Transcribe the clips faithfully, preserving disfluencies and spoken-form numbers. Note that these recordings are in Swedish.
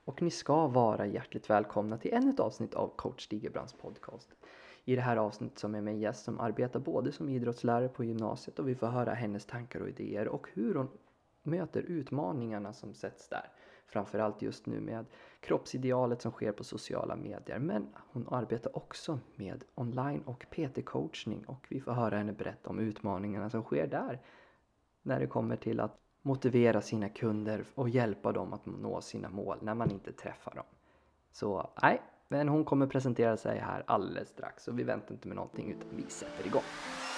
och ni ska vara hjärtligt välkomna till ännu ett avsnitt av coach Stigerbrands podcast. I det här avsnittet som är med en gäst som arbetar både som idrottslärare på gymnasiet, och vi får höra hennes tankar och idéer och hur hon möter utmaningarna som sätts där. Framförallt just nu med kroppsidealet som sker på sociala medier, men hon arbetar också med online och P T-coachning, och vi får höra henne berätta om utmaningarna som sker där när det kommer till att motivera sina kunder och hjälpa dem att nå sina mål när man inte träffar dem. Så nej, men hon kommer presentera sig här alldeles strax, och vi väntar inte med någonting utan vi sätter igång.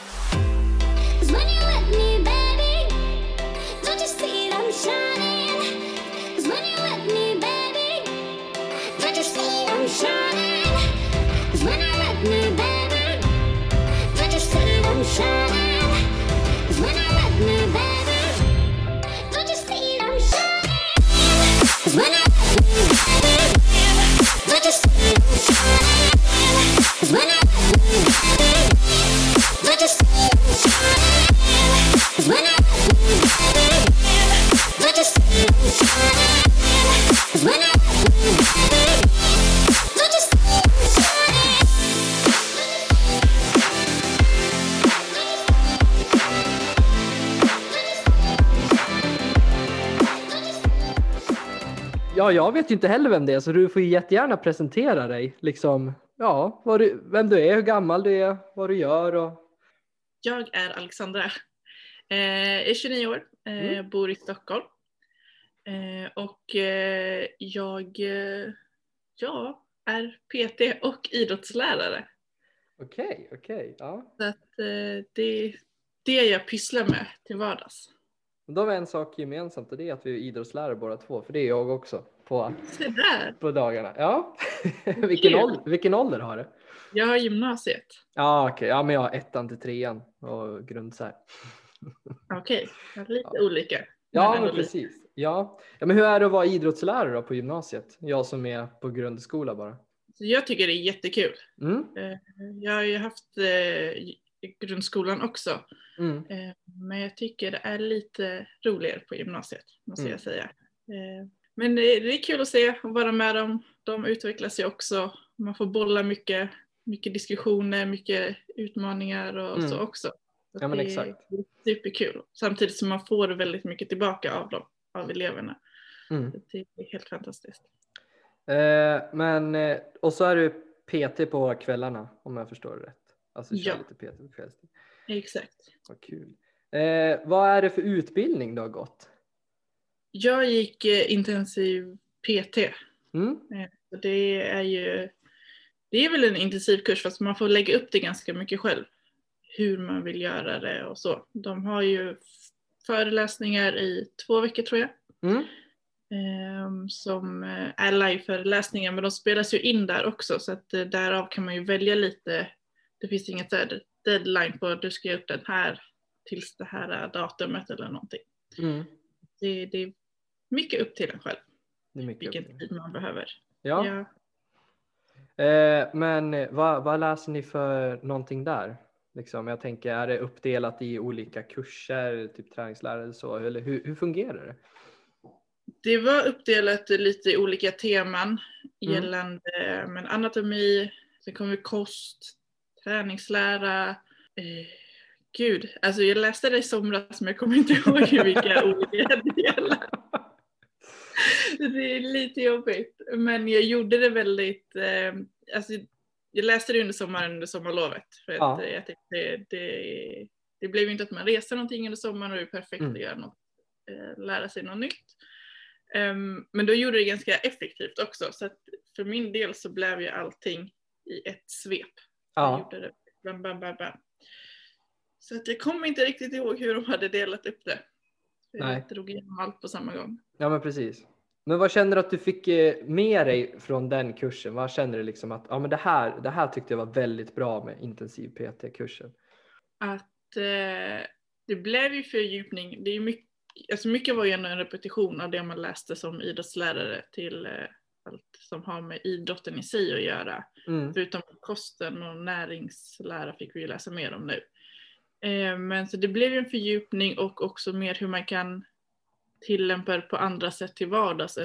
Ja, jag vet ju inte heller vem det är, så du får ju jättegärna presentera dig. Liksom, ja, vad du, vem du är, hur gammal du är, vad du gör. Och... Jag är Alexandra. Eh, jag är tjugonio år, eh, mm. bor i Stockholm. Eh, och eh, jag eh, ja, är P T och idrottslärare. Okej, okay, okej. Okay, ja. Så att, eh, det är det jag pysslar med till vardags. Då har vi en sak gemensamt, och det är att vi är idrottslärare båda två. För det är jag också på, på dagarna. Ja. vilken, ålder, vilken ålder har du? Jag har gymnasiet. Ja, okej. Okay. Ja, men jag har ettan till trean och grundsär. Okej, okay. Lite ja. olika. Ja, men, men precis. Ja. ja, men hur är det att vara idrottslärare då på gymnasiet? Jag som är på grundskola bara. Så jag tycker det är jättekul. Mm. Jag har ju haft grundskolan också. Mm. Men jag tycker det är lite roligare på gymnasiet, måste mm. jag säga. Men det är kul att se och vara med dem. De utvecklas ju också. Man får bolla mycket, mycket diskussioner, mycket utmaningar och mm. så också. Så ja, men det exakt. är superkul. Samtidigt som man får väldigt mycket tillbaka av dem, av eleverna. Mm. Det är helt fantastiskt. Eh, men, och så är du P T på kvällarna, om jag förstår det rätt. Alltså kör ja. lite P T på kvällstid. Exakt. Vad kul. Eh, vad är det för utbildning du har gått? Jag gick eh, intensiv P T. Mm. Eh, det är ju det är väl en intensiv kurs, fast man får lägga upp det ganska mycket själv. Hur man vill göra det och så. De har ju föreläsningar i två veckor tror jag. Mm. Eh, som är live-föreläsningar, men de spelas ju in där också. Så att eh, därav kan man ju välja lite. Det finns inget där deadline på att du ska upp den här tills det här datumet eller någonting. Mm. Det, det är mycket upp till en själv. Det är mycket vilken tid man behöver. Ja. ja. Eh, men vad, vad läser ni för någonting där? Liksom, jag tänker, är det uppdelat i olika kurser, typ träningslärare eller så? Eller hur, hur fungerar det? Det var uppdelat i lite olika teman gällande mm. men anatomi, sen kommer kost, träningslära. Eh, gud, alltså jag läste det i somras, men jag kommer inte ihåg vilka olika delar. Det är lite jobbigt, men jag gjorde det väldigt, eh, alltså jag läste det under sommaren, under sommarlovet. För att ja. jag tänkte, det, det, det blev ju inte att man reser någonting under sommaren, och det är perfekt mm. att göra något, eh, lära sig något nytt. Um, men då gjorde det ganska effektivt också, så att för min del så blev ju allting i ett svep. Ja. Jag gjorde det bam, bam, bam, bam. Så att jag kommer inte riktigt ihåg hur de hade delat upp det. För Nej. Jag drog igenom allt på samma gång. Ja, men precis. Men vad känner du att du fick med dig från den kursen? Vad känner du liksom att ja, men det, här, det här tyckte jag var väldigt bra med intensiv P T-kursen? Att eh, det blev ju fördjupning. Det är mycket, alltså mycket var ju en repetition av det man läste som idrottslärare till eh, allt som har med idrotten i sig att göra. Mm. Förutom kosten och näringslära fick vi ju läsa mer om nu. Eh, men så det blev ju en fördjupning och också mer hur man kan tillämpa det på andra sätt till vardags än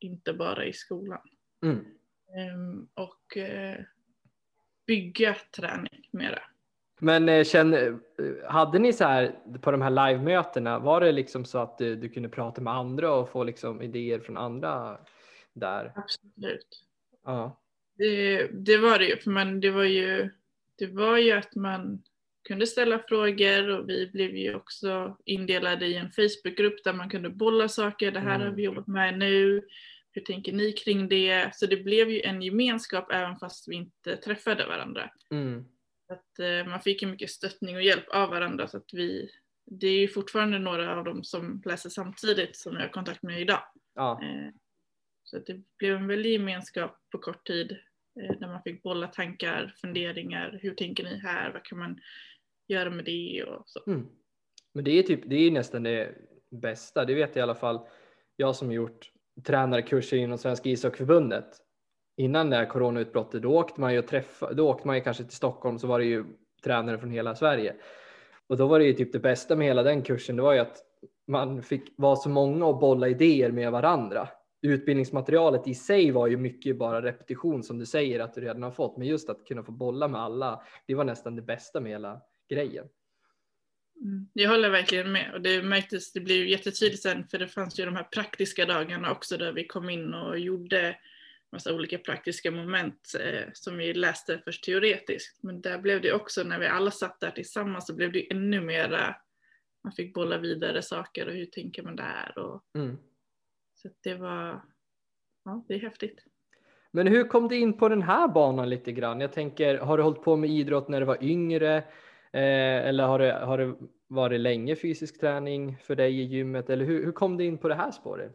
inte bara i skolan. Mm. Um, och uh, bygga träning mera. Men eh, känn, hade ni så här på de här live-mötena, var det liksom så att du, du kunde prata med andra och få liksom idéer från andra där? Absolut. Ja. Det, det var det ju, men det var ju, det var ju att man kunde ställa frågor och vi blev ju också indelade i en Facebookgrupp där man kunde bolla saker. Det här Mm. har vi jobbat med nu. Hur tänker ni kring det? Så det blev ju en gemenskap även fast vi inte träffade varandra. Mm. Att, eh, man fick ju mycket stöttning och hjälp av varandra. Så att vi, det är ju fortfarande några av dem som läser samtidigt som jag har kontakt med idag. Ja. Eh, så att det blev en väldig gemenskap på kort tid. Eh, där man fick bolla tankar, funderingar. Hur tänker ni här? Vad kan man göra med det? Och så. Mm. Men det är, typ, det är nästan det bästa. Det vet jag i alla fall. Jag som gjort tränarkurser inom Svenska ishockeyförbundet. Innan det här coronautbrottet, då åkte man ju träffa, då åkte man ju kanske till Stockholm, så var det ju tränare från hela Sverige. Och då var det ju typ det bästa med hela den kursen, det var ju att man fick vara så många och bolla idéer med varandra. Utbildningsmaterialet i sig var ju mycket bara repetition som du säger att du redan har fått, men just att kunna få bolla med alla, det var nästan det bästa med hela grejen. Mm. Jag håller verkligen med, och det märktes, det blev ju jättetydligt sen, för det fanns ju de här praktiska dagarna också där vi kom in och gjorde massa olika praktiska moment eh, som vi läste först teoretiskt, men där blev det också, när vi alla satt där tillsammans, så blev det ännu mera, man fick bolla vidare saker och hur tänker man där och Mm. så det var, ja, det är häftigt. Men hur kom du in på den här banan lite grann? Jag tänker, har du hållit på med idrott när du var yngre? Eh, eller har det, har det varit länge fysisk träning för dig i gymmet? Eller hur, hur kom du in på det här spåret?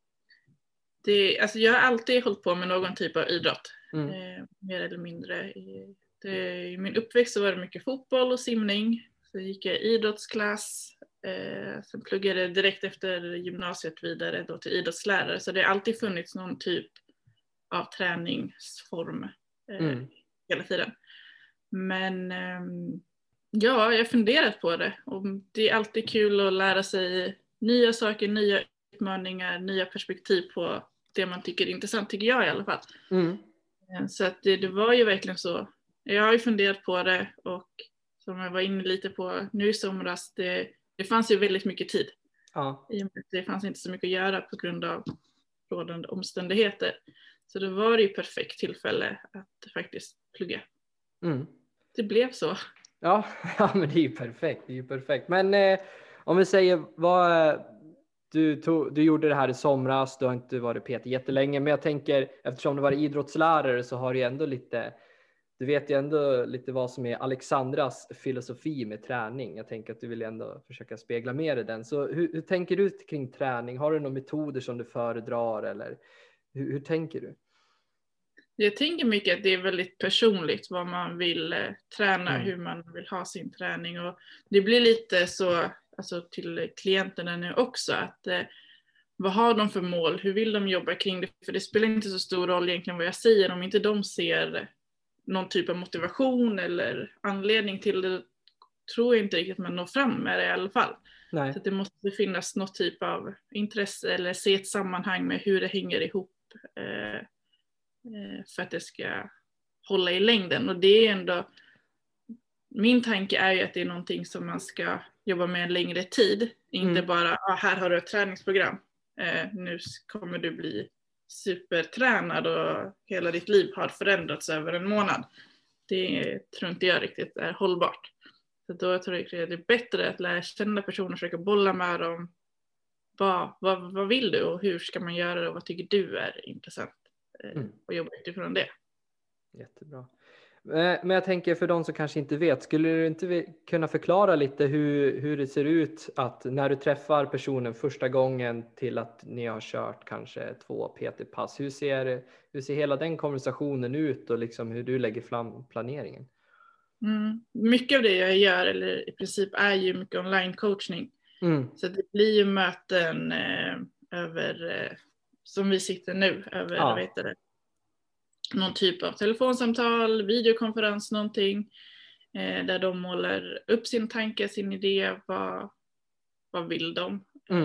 Det, alltså jag har alltid hållit på med någon typ av idrott. Mm. Eh, mer eller mindre. I, det, I min uppväxt så var det mycket fotboll och simning. Så gick jag idrottsklass. Eh, sen pluggade jag direkt efter gymnasiet vidare då till idrottslärare. Så det har alltid funnits någon typ av träningsform eh, Mm. hela tiden. Men eh, ja, jag har funderat på det. Och det är alltid kul att lära sig nya saker, nya utmaningar, nya perspektiv på det man tycker är intressant, tycker jag i alla fall. Mm. Så att det, det var ju verkligen så. Jag har ju funderat på det, och som jag var inne lite på nu i somras, det, det fanns ju väldigt mycket tid. Ja. I och med att det fanns inte så mycket att göra på grund av rådande omständigheter. Så det var ju perfekt tillfälle att faktiskt plugga. Mm. Det blev så. Ja, ja, men det är ju perfekt. Det är ju perfekt. Men eh, om vi säger vad du, tog, du gjorde det här i somras, du har inte varit P T jättelänge, men jag tänker, eftersom du var idrottslärare så har du ändå lite, du vet ju ändå lite vad som är Alexandras filosofi med träning. Jag tänker att du vill ändå försöka spegla mer i den. Så hur, hur tänker du kring träning? Har du några metoder som du föredrar, eller hur, hur tänker du? Jag tänker mycket att det är väldigt personligt vad man vill eh, träna, Mm. hur man vill ha sin träning. Och det blir lite så, alltså till klienterna nu också, att eh, vad har de för mål? Hur vill de jobba kring det? För det spelar inte så stor roll egentligen vad jag säger, om inte de ser någon typ av motivation eller anledning till det, tror jag inte riktigt att man når fram med det i alla fall. Nej. Så att det måste finnas något typ av intresse eller se ett sammanhang med hur det hänger ihop. Eh, för att det ska hålla i längden, och det är ändå, min tanke är ju att det är någonting som man ska jobba med en längre tid, inte Mm. bara ah, här har du ett träningsprogram, eh, nu kommer du bli supertränad och hela ditt liv har förändrats över en månad. Det tror inte jag riktigt är hållbart. Så då tror jag att det är bättre att lära känna personer och försöka bolla med dem. Vad, vad, vad vill du och hur ska man göra det och vad tycker du är intressant? Mm. Och jobba utifrån det. Jättebra. Men jag tänker, för de som kanske inte vet, skulle du inte kunna förklara lite hur, hur det ser ut att när du träffar personen första gången till att ni har kört kanske två P T-pass, hur ser, hur ser hela den konversationen ut och liksom hur du lägger fram planeringen? Mm. Mycket av det jag gör, eller i princip, är ju mycket online coachning. Mm. Så det blir ju möten eh, över, eh, som vi sitter nu, över Ja. vad heter det? Någon typ av telefonsamtal, videokonferens, någonting. Eh, där de målar upp sin tanke, sin idé, vad, vad vill de? Mm. Eh,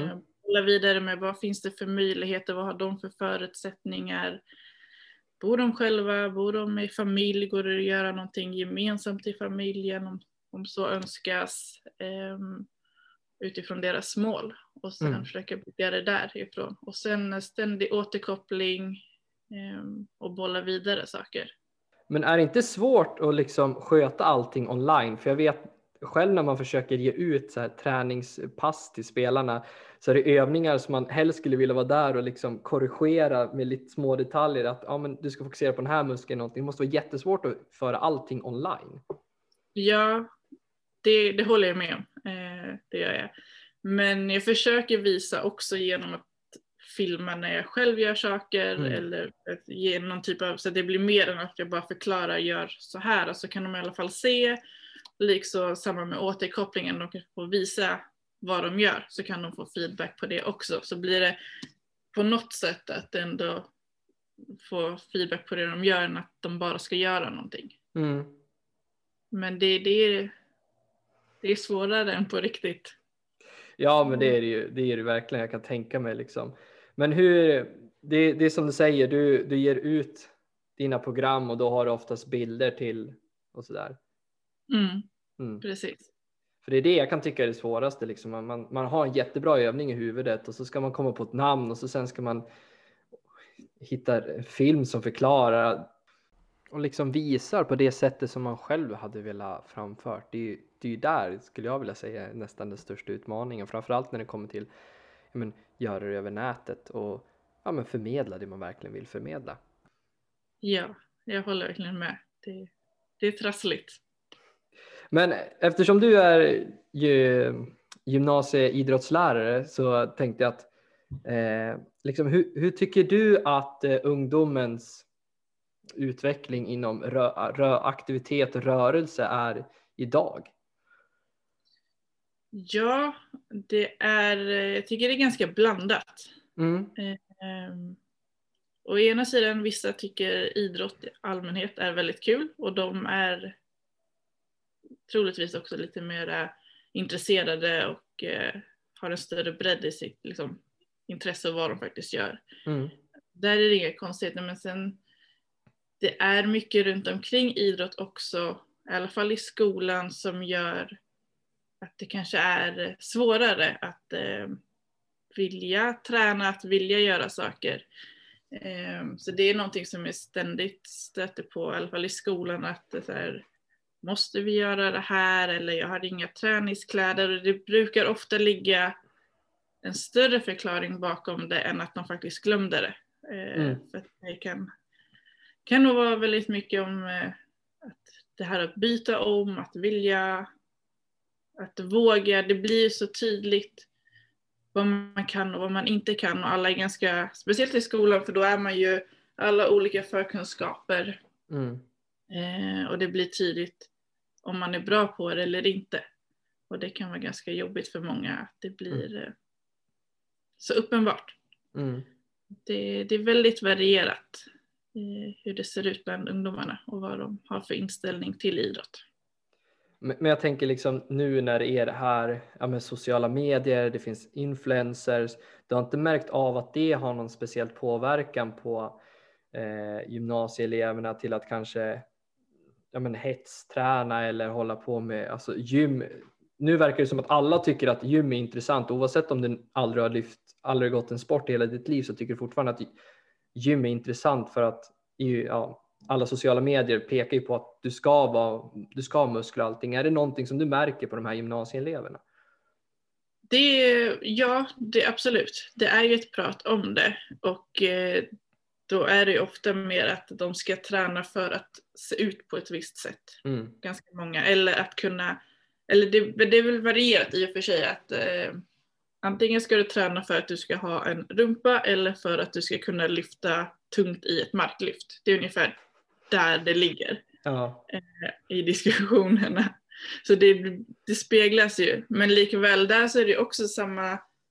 bolla vidare med vad finns det för möjligheter, vad har de för förutsättningar. Bor de själva, bor de i familj, går det att göra någonting gemensamt i familjen om, om så önskas. Um, utifrån deras mål. Och sen Mm. försöka bygga det därifrån. Och sen ständig återkoppling um, och bolla vidare saker. Men är det inte svårt att liksom sköta allting online? För jag vet själv när man försöker ge ut så här träningspass till spelarna, så är det övningar som man helst skulle vilja vara där och liksom korrigera med lite små detaljer. Att ja, men du ska fokusera på den här muskeln. Någonting. Det måste vara jättesvårt att föra allting online. Ja, det, det håller jag med om. Eh, det gör jag. Men jag försöker visa också genom att filma när jag själv gör saker. Mm. Eller att ge någon typ av, så att det blir mer än att jag bara förklarar, gör så här. Och så kan de i alla fall se. Liksom samma med återkopplingen, de kan få visa vad de gör, så kan de få feedback på det också. Så blir det på något sätt att ändå få feedback på det de gör, än att de bara ska göra någonting. Mm. Men det, det, är, det är svårare än på riktigt. Ja, men det är det ju, det är det verkligen, jag kan tänka mig liksom. Men hur, det, det är som du säger, du, du ger ut dina program och då har du oftast bilder till och sådär. Mm, mm. Precis. För det är det jag kan tycka är det svåraste. Liksom. Man, man, man har en jättebra övning i huvudet och så ska man komma på ett namn och så sen ska man hitta en film som förklarar och liksom visar på det sättet som man själv hade velat framfört. Det är, det är ju där, skulle jag vilja säga, nästan den största utmaningen. Framförallt när det kommer till ja, men, göra det över nätet och ja, men, förmedla det man verkligen vill förmedla. Ja, jag håller verkligen med. Det, det är trassligt. Men eftersom du är ju gymnasieidrottslärare så tänkte jag att eh, liksom, hur, hur tycker du att eh, ungdomens utveckling inom rö, rö, aktivitet och rörelse är idag? Ja, det är, jag tycker det är ganska blandat. Mm. Um, å ena sidan, vissa tycker idrott i allmänhet är väldigt kul och de är troligtvis också lite mer intresserade och uh, har en större bredd i sitt liksom, intresse av vad de faktiskt gör. Mm. Där är det inga konstigheter, men sen det är mycket runt omkring idrott också, i alla fall i skolan, som gör att det kanske är svårare att eh, vilja träna, att vilja göra saker. Eh, så det är någonting som jag ständigt stöter på, i alla fall i skolan, att det så här, måste vi göra det här, eller jag har inga träningskläder. Och det brukar ofta ligga en större förklaring bakom det än att de faktiskt glömde det. Eh, mm. För att det kan, kan nog vara väldigt mycket om eh, att det här att byta om, att vilja, att våga. Det blir så tydligt vad man kan och vad man inte kan. Och alla är ganska, speciellt i skolan, för då är man ju alla olika förkunskaper. Mm. Eh, och det blir tydligt om man är bra på det eller inte. Och det kan vara ganska jobbigt för många att det blir mm. så uppenbart. Mm. Det, det är väldigt varierat eh, hur det ser ut bland ungdomarna och vad de har för inställning till idrott. Men, men jag tänker liksom nu när det är det här ja, med sociala medier, det finns influencers. Du har inte märkt av att det har någon speciell påverkan på eh, gymnasieeleverna till att kanske ja, men hetsträna eller hålla på med alltså, gym. Nu verkar det som att alla tycker att gym är intressant. Oavsett om du aldrig har lyft, aldrig gått en sport i hela ditt liv, så tycker du fortfarande att gym är intressant för att ja, alla sociala medier pekar ju på att du ska, vara, du ska ha muskler och allting. Är det någonting som du märker på de här gymnasieeleverna? Det, ja, det absolut. Det är ju ett prat om det. Och eh, då är det ofta mer att de ska träna för att se ut på ett visst sätt. Mm. Ganska många. Eller att kunna, eller det, det är väl varierat i och för sig att eh, antingen ska du träna för att du ska ha en rumpa eller för att du ska kunna lyfta tungt i ett marklyft. Det är ungefär där det ligger ja. eh, i diskussionerna. Så det, det speglas ju. Men likväl där så är det också samma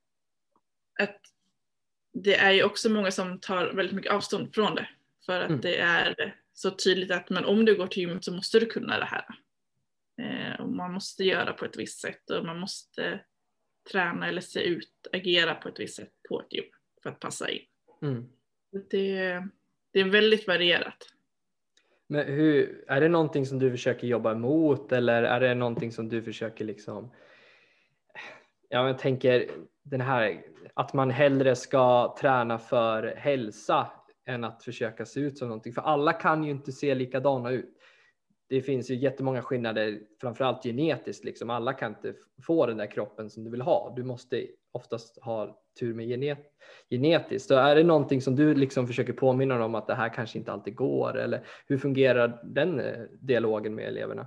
att det är ju också många som tar väldigt mycket avstånd från det. För att mm. det är så tydligt att men om du går till gymmet så måste du kunna det här. Eh, och man måste göra på ett visst sätt och man måste träna eller se ut, agera på ett visst sätt på ett jobb för att passa in. Mm. Det, det är väldigt varierat. Men hur, är det någonting som du försöker jobba emot, eller är det någonting som du försöker liksom, ja, jag tänker den här att man hellre ska träna för hälsa än att försöka se ut som någonting, för alla kan ju inte se likadana ut. Det finns ju jättemånga skillnader, framförallt genetiskt liksom. Alla kan inte få den där kroppen som du vill ha. Du måste oftast ha tur med genet- genetiskt. Så är det någonting som du liksom försöker påminna om att det här kanske inte alltid går, eller hur fungerar den dialogen med eleverna?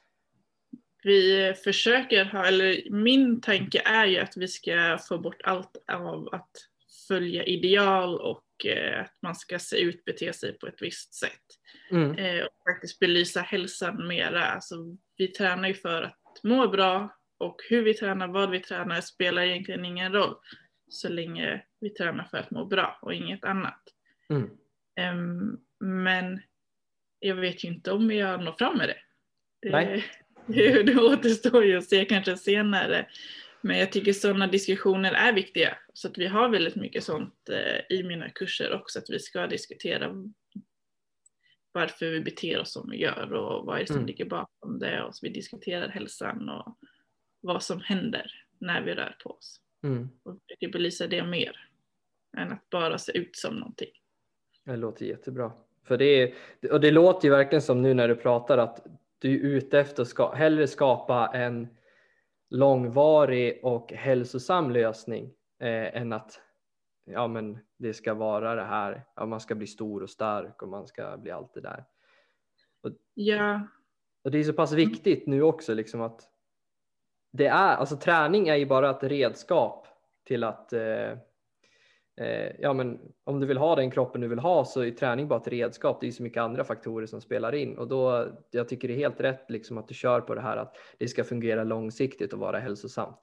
Vi försöker ha, eller min tanke är ju att vi ska få bort allt av att följa ideal och eh, att man ska se ut, bete sig på ett visst sätt. Mm. Eh, och faktiskt belysa hälsan mera. Alltså, vi tränar ju för att må bra, och hur vi tränar, vad vi tränar spelar egentligen ingen roll så länge vi tränar för att må bra och inget annat. Mm. Um, men jag vet ju inte om jag når fram med det. Nej. Det, det återstår ju att se kanske senare. Men jag tycker sådana diskussioner är viktiga. Så att vi har väldigt mycket sånt eh, i mina kurser också. Att vi ska diskutera varför vi beter oss som vi gör och vad är det som Mm. ligger bakom det. Och så vi diskuterar hälsan och vad som händer när vi rör på oss. Mm. Och försöker belysa det mer än att bara se ut som någonting. Det låter jättebra. För det är, och det låter ju verkligen som nu när du pratar att du är ute efter att ska, hellre skapa en långvarig och hälsosam lösning eh, än att ja, men det ska vara det här, ja, man ska bli stor och stark och man ska bli allt det där. Och, Ja. och det är så pass viktigt nu också liksom att det är, alltså träning är ju bara ett redskap till att eh, eh, ja, men om du vill ha den kroppen du vill ha, så är träning bara ett redskap. Det är ju så mycket andra faktorer som spelar in, och då jag tycker det är helt rätt liksom att du kör på det här att det ska fungera långsiktigt och vara hälsosamt.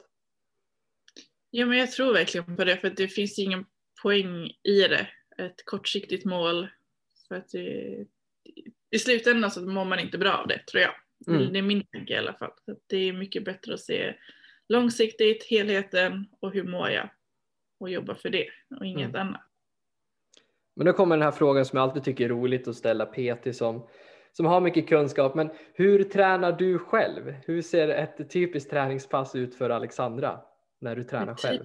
Ja, men jag tror verkligen på det, för att det finns ingen poäng i det. Ett kortsiktigt mål, för att det, i slutändan så mår man inte bra av det, tror jag. Mm. Det är min tanke i alla fall. Att det är mycket bättre att se långsiktigt, helheten och hur mår jag, och jobba för det och inget mm. annat. Men då kommer den här frågan som jag alltid tycker är roligt att ställa P T som, som har mycket kunskap. Men hur tränar du själv? Hur ser ett typiskt träningspass ut för Alexandra när du tränar själv?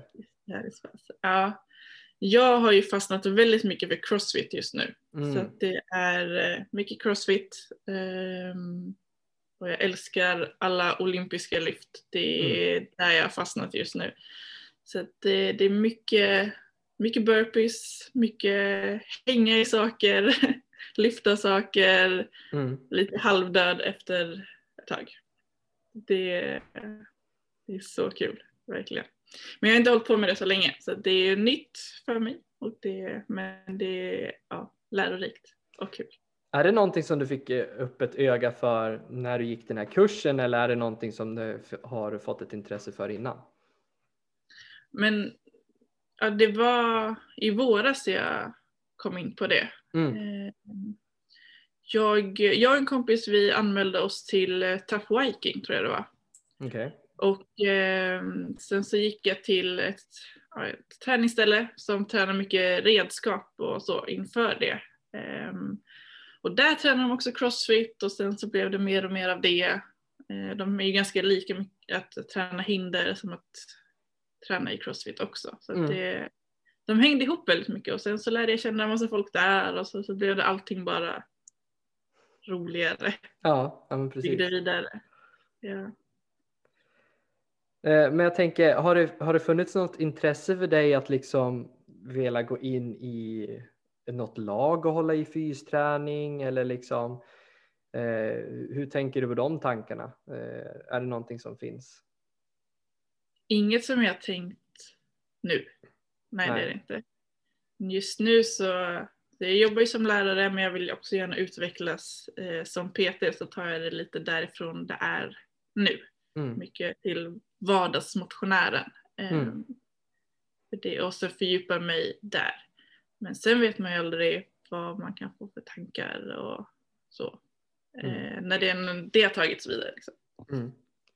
Ja, jag har ju fastnat väldigt mycket för CrossFit just nu. Mm. Så att det är mycket CrossFit. Um, och jag älskar alla olympiska lyft. Det är mm. där jag har fastnat just nu. Så att det, det är mycket, mycket burpees, mycket hänga i saker, lyfta saker, mm. lite halvdöd efter ett tag. Det, det är så kul, verkligen. Men jag har inte hållit på med det så länge, så det är nytt för mig. Och det, men det är ja, lärorikt och kul. Är det någonting som du fick upp ett öga för när du gick den här kursen, eller är det någonting som du har fått ett intresse för innan? Men ja, det var i våras jag kom in på det. Mm. Jag, jag och en kompis, vi anmälde oss till Tough Viking, tror jag det var. Okay. Och eh, sen så gick jag till ett, ja, ett träningsställe som tränar mycket redskap och så inför det. Eh, och där tränar de också CrossFit, och sen så blev det mer och mer av det. Eh, de är ju ganska lika mycket att träna hinder som att träna i CrossFit också. Så mm. att det, de hängde ihop väldigt mycket, och sen så lärde jag känna en massa folk där, och så, så blev det allting bara roligare. Ja, ja men precis. Byggde vidare. Ja. Men jag tänker, har det, har det funnits något intresse för dig att liksom vilja gå in i något lag och hålla i fysträning, eller liksom eh, hur tänker du på de tankarna? Eh, är det någonting som finns? Inget som jag tänkt nu. Nej, Nej. det är det inte. Just nu så, jag jobbar ju som lärare, men jag vill också gärna utvecklas eh, som P T, så tar jag det lite därifrån det är nu. Mm. Mycket till vardagsmotionären. Mm. Eh, för det, och så fördjupa mig där. Men sen vet man ju aldrig vad man kan få för tankar och så. Mm. Eh, när det, det har tagits vidare. Liksom. Mm.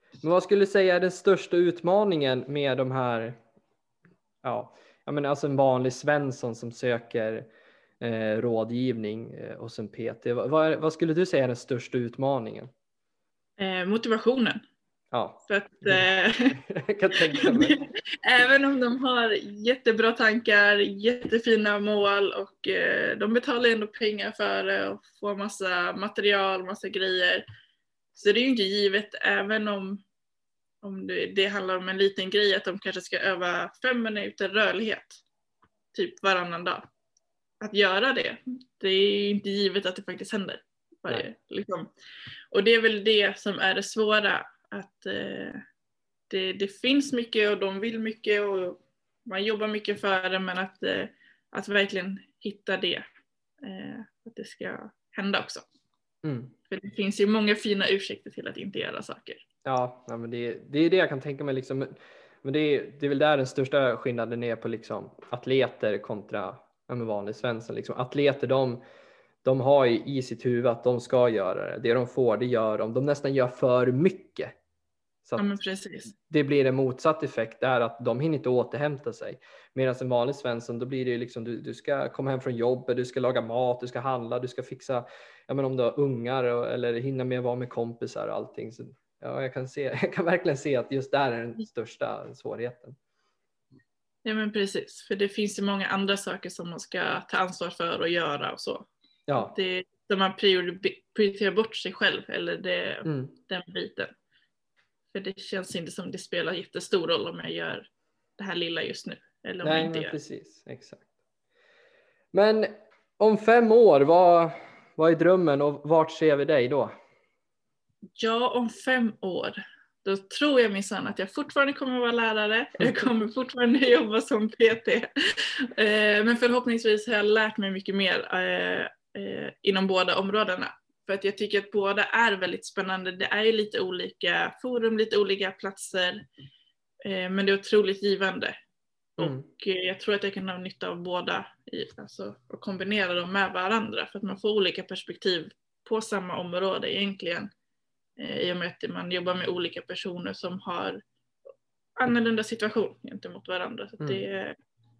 Men vad skulle du säga är den största utmaningen med de här, ja, jag menar alltså en vanlig Svensson som söker eh, rådgivning eh, hos en P T. Vad, vad, är- vad skulle du säga är den största utmaningen? Eh, motivationen. Ja, För att eh, jag kan tänka mig. även om de har jättebra tankar, jättefina mål och eh, de betalar ändå pengar för det och får massa material, massa grejer. Så det är ju inte givet, även om, om det, det handlar om en liten grej, att de kanske ska öva fem minuter rörlighet typ varannan dag. Att göra det, det är ju inte givet att det faktiskt händer. Varje, liksom. Och det är väl det som är det svåra, att eh, det, det finns mycket och de vill mycket och man jobbar mycket för det, men att, eh, att verkligen hitta det, eh, att det ska hända också. Mm. För det finns ju många fina ursäkter till att inte göra saker. Ja, ja men det, det är det jag kan tänka mig liksom. Men det är, det är väl där den största skillnaden är på liksom atleter kontra ja, men vanlig Svensson. Liksom. Atleter, de, de har ju i sitt huvud att de ska göra det. Det de får, det gör de. De nästan gör för mycket. Så Ja, men precis. det blir en motsatt effekt där, att de hinner inte återhämta sig. Medan en vanlig Svensson, då blir det ju liksom, du, du ska komma hem från jobbet, du ska laga mat, du ska handla, du ska fixa, ja men om du har ungar och, eller hinna med att vara med kompisar och allting. Så, ja, jag kan se, jag kan verkligen se att just där är den största svårigheten. Ja, men precis. För det finns ju många andra saker som man ska ta ansvar för och göra och så. Ja. Det, där man prioriterar bort sig själv, eller det, Mm. den biten. För det känns inte som det spelar jättestor roll om jag gör det här lilla just nu. Eller om Nej, jag inte men gör. precis, exakt. Men om fem år, vad, vad är drömmen och vart ser vi dig då? Ja, om fem år. Då tror jag minsann att jag fortfarande kommer att vara lärare. Jag kommer fortfarande jobba som P T. Eh, men förhoppningsvis har jag lärt mig mycket mer eh, eh, inom båda områdena. För att jag tycker att båda är väldigt spännande. Det är ju lite olika forum, lite olika platser. Eh, men det är otroligt givande. Mm. Och eh, jag tror att jag kan ha nytta av båda. I, alltså, och kombinera dem med varandra. För att man får olika perspektiv på samma område egentligen. I och med att man jobbar med olika personer som har annorlunda situation gentemot varandra. Så Mm. det,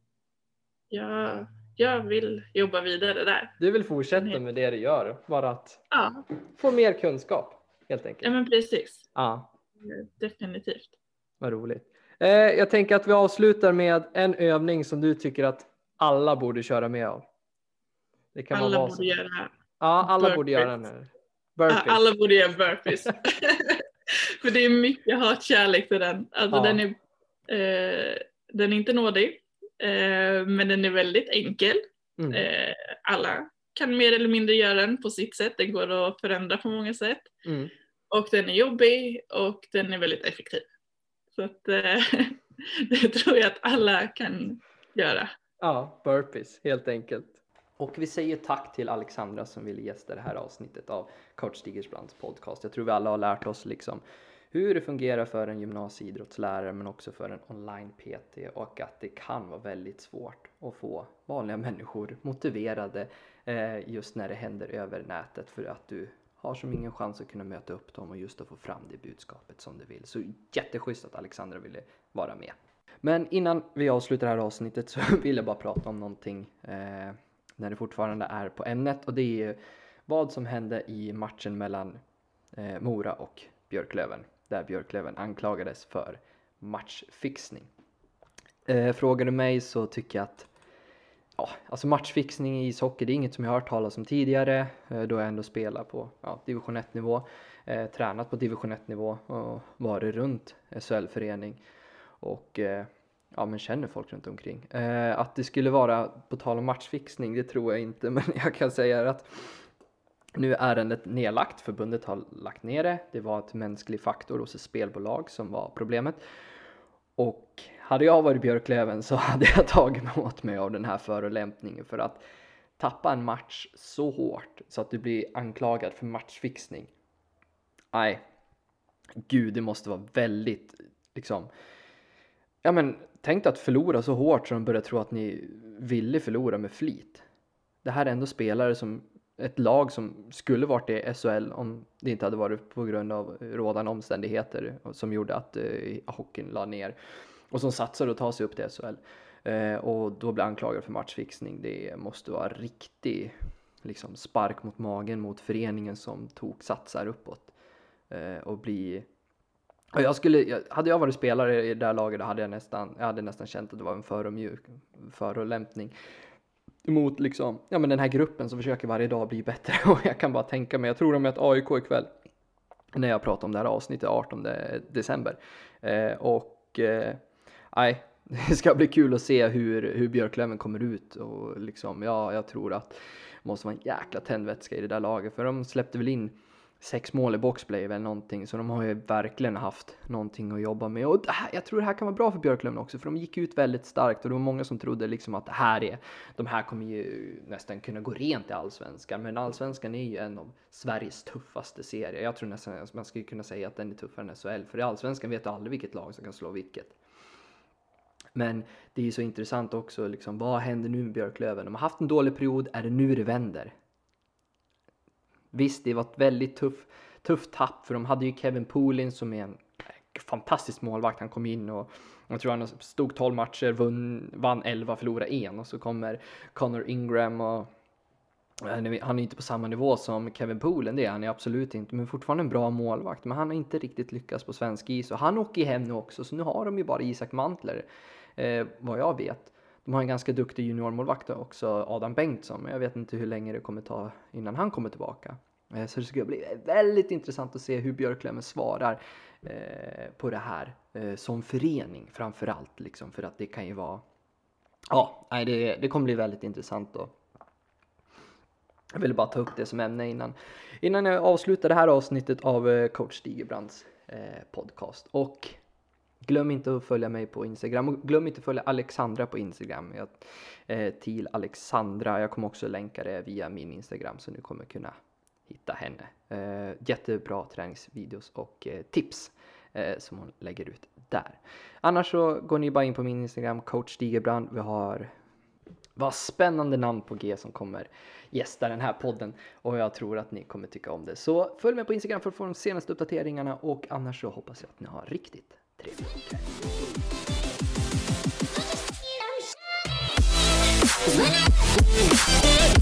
jag, jag vill jobba vidare där. Du vill fortsätta med det du gör, bara att Ja, få mer kunskap helt enkelt. ja men precis. Ja, Definitivt. vad roligt. Eh, jag tänker att vi avslutar med en övning som du tycker att alla borde köra med av. Det kan Alla vara borde så. göra Ja, alla burpees. borde göra den här. Ja, Burpees. alla borde göra burpees. För det är mycket hatkärlek till den. Alltså Ja. den är, eh, den är inte nådig. Eh, men den är väldigt enkel. Mm. Eh, alla kan mer eller mindre göra den på sitt sätt. Den går att förändra på många sätt. Mm. Och den är jobbig och den är väldigt effektiv. Så att, eh, det tror jag att alla kan göra. Ja, burpees helt enkelt. Och vi säger tack till Alexandra som ville gästa det här avsnittet av Coach Stigerbrands podcast. Jag tror vi alla har lärt oss liksom hur det fungerar för en gymnasieidrottslärare men också för en online-P T, och att det kan vara väldigt svårt att få vanliga människor motiverade eh, just när det händer över nätet, för att du har som ingen chans att kunna möta upp dem och just att få fram det budskapet som du vill. Så jätteschysst att Alexandra ville vara med. Men innan vi avslutar det här avsnittet så vill jag bara prata om någonting eh, när det fortfarande är på ämnet, och det är vad som hände i matchen mellan eh, Mora och Björklöven, där Björklöven anklagades för matchfixning. Eh, frågar du mig så tycker jag att ja, alltså matchfixning i ishockey, det är inget som jag har hört talas om tidigare, eh, då jag ändå spelar på ja, division ett nivå, eh, tränat på division ett nivå och varit runt S H L-förening och eh, ja, men känner folk runt omkring. Eh, att det skulle vara på tal om matchfixning, det tror jag inte, men jag kan säga att nu är ärendet nedlagt, förbundet har lagt ner det. Det var ett mänsklig faktor hos ett spelbolag som var problemet. Och hade jag varit Björklöven så hade jag tagit mig åt mig av den här förolämpningen, för att tappa en match så hårt så att du blir anklagad för matchfixning. Nej, gud, det måste vara väldigt liksom, ja men tänk att förlora så hårt så de börjar tro att ni ville förlora med flit. Det här är ändå spelare som ett lag som skulle varit i S H L om det inte hade varit på grund av rådande omständigheter som gjorde att eh, hockeyn la ner. Och som satsar och tar sig upp till S H L. Eh, och då blir anklagad för matchfixning. Det måste vara riktig liksom, spark mot magen mot föreningen som tog satsar uppåt. Eh, och bli... Och jag skulle, jag, hade jag varit spelare i det där laget, då hade jag nästan, jag hade nästan känt att det var en föromjuk, förolämpning mot liksom, ja, men den här gruppen som försöker varje dag bli bättre. Och jag kan bara tänka mig, jag tror de är ett A I K ikväll när jag pratar om det här avsnittet artonde december. Eh, och eh, nej, det ska bli kul att se hur, hur Björklöven kommer ut. Och liksom, ja, jag tror att det måste vara en jäkla tändvätska i det där laget. För de släppte väl in sex mål i boxplay eller någonting. Så de har ju verkligen haft någonting att jobba med. Och det här, jag tror det här kan vara bra för Björklöven också. För de gick ut väldigt starkt. Och det var många som trodde liksom att det här är, de här kommer ju nästan kunna gå rent i Allsvenskan. Men Allsvenskan är ju en av Sveriges tuffaste serier. Jag tror nästan man skulle kunna säga att den är tuffare än S H L. För i Allsvenskan vet du aldrig vilket lag som kan slå vilket. Men det är ju så intressant också. Liksom, vad händer nu med Björklöven? De har haft en dålig period. Är det nu det vänder? Visst, det var ett väldigt tuff, tufft tapp. För de hade ju Kevin Poulin som är en fantastisk målvakt. Han kom in och jag tror han stod tolv matcher, vann, vann elva, förlorade en. Och så kommer Connor Ingram och han är inte på samma nivå som Kevin Poulin. Det är han är absolut inte. Men fortfarande en bra målvakt. Men han har inte riktigt lyckats på svensk is. Och han åker hem nu också. Så nu har de ju bara Isak Mantler. Eh, vad jag vet. De har en ganska duktig juniormålvakt också, Adam Bengtsson. Men jag vet inte hur länge det kommer ta innan han kommer tillbaka. Eh, så det ska bli väldigt intressant att se hur Björklöven svarar eh, på det här. Eh, som förening framförallt. Liksom, för att det kan ju vara... Ja, nej, det, det kommer bli väldigt intressant då. Jag ville bara ta upp det som ämne innan, innan jag avslutar det här avsnittet av eh, Coach Stigebrands eh, podcast. Och glöm inte att följa mig på Instagram. Och glöm inte att följa Alexandra på Instagram. Jag, eh, till Alexandra. Jag kommer också länka det via min Instagram. Så ni kommer kunna hitta henne. Eh, jättebra träningsvideos och eh, tips eh, som hon lägger ut där. Annars så går ni bara in på min Instagram. Coach Stigebrand. Vi har... Vad spännande namn på G som kommer gästa den här podden. Och jag tror att ni kommer tycka om det. Så följ med på Instagram för att få de senaste uppdateringarna. Och annars så hoppas jag att ni har riktigt trevligt.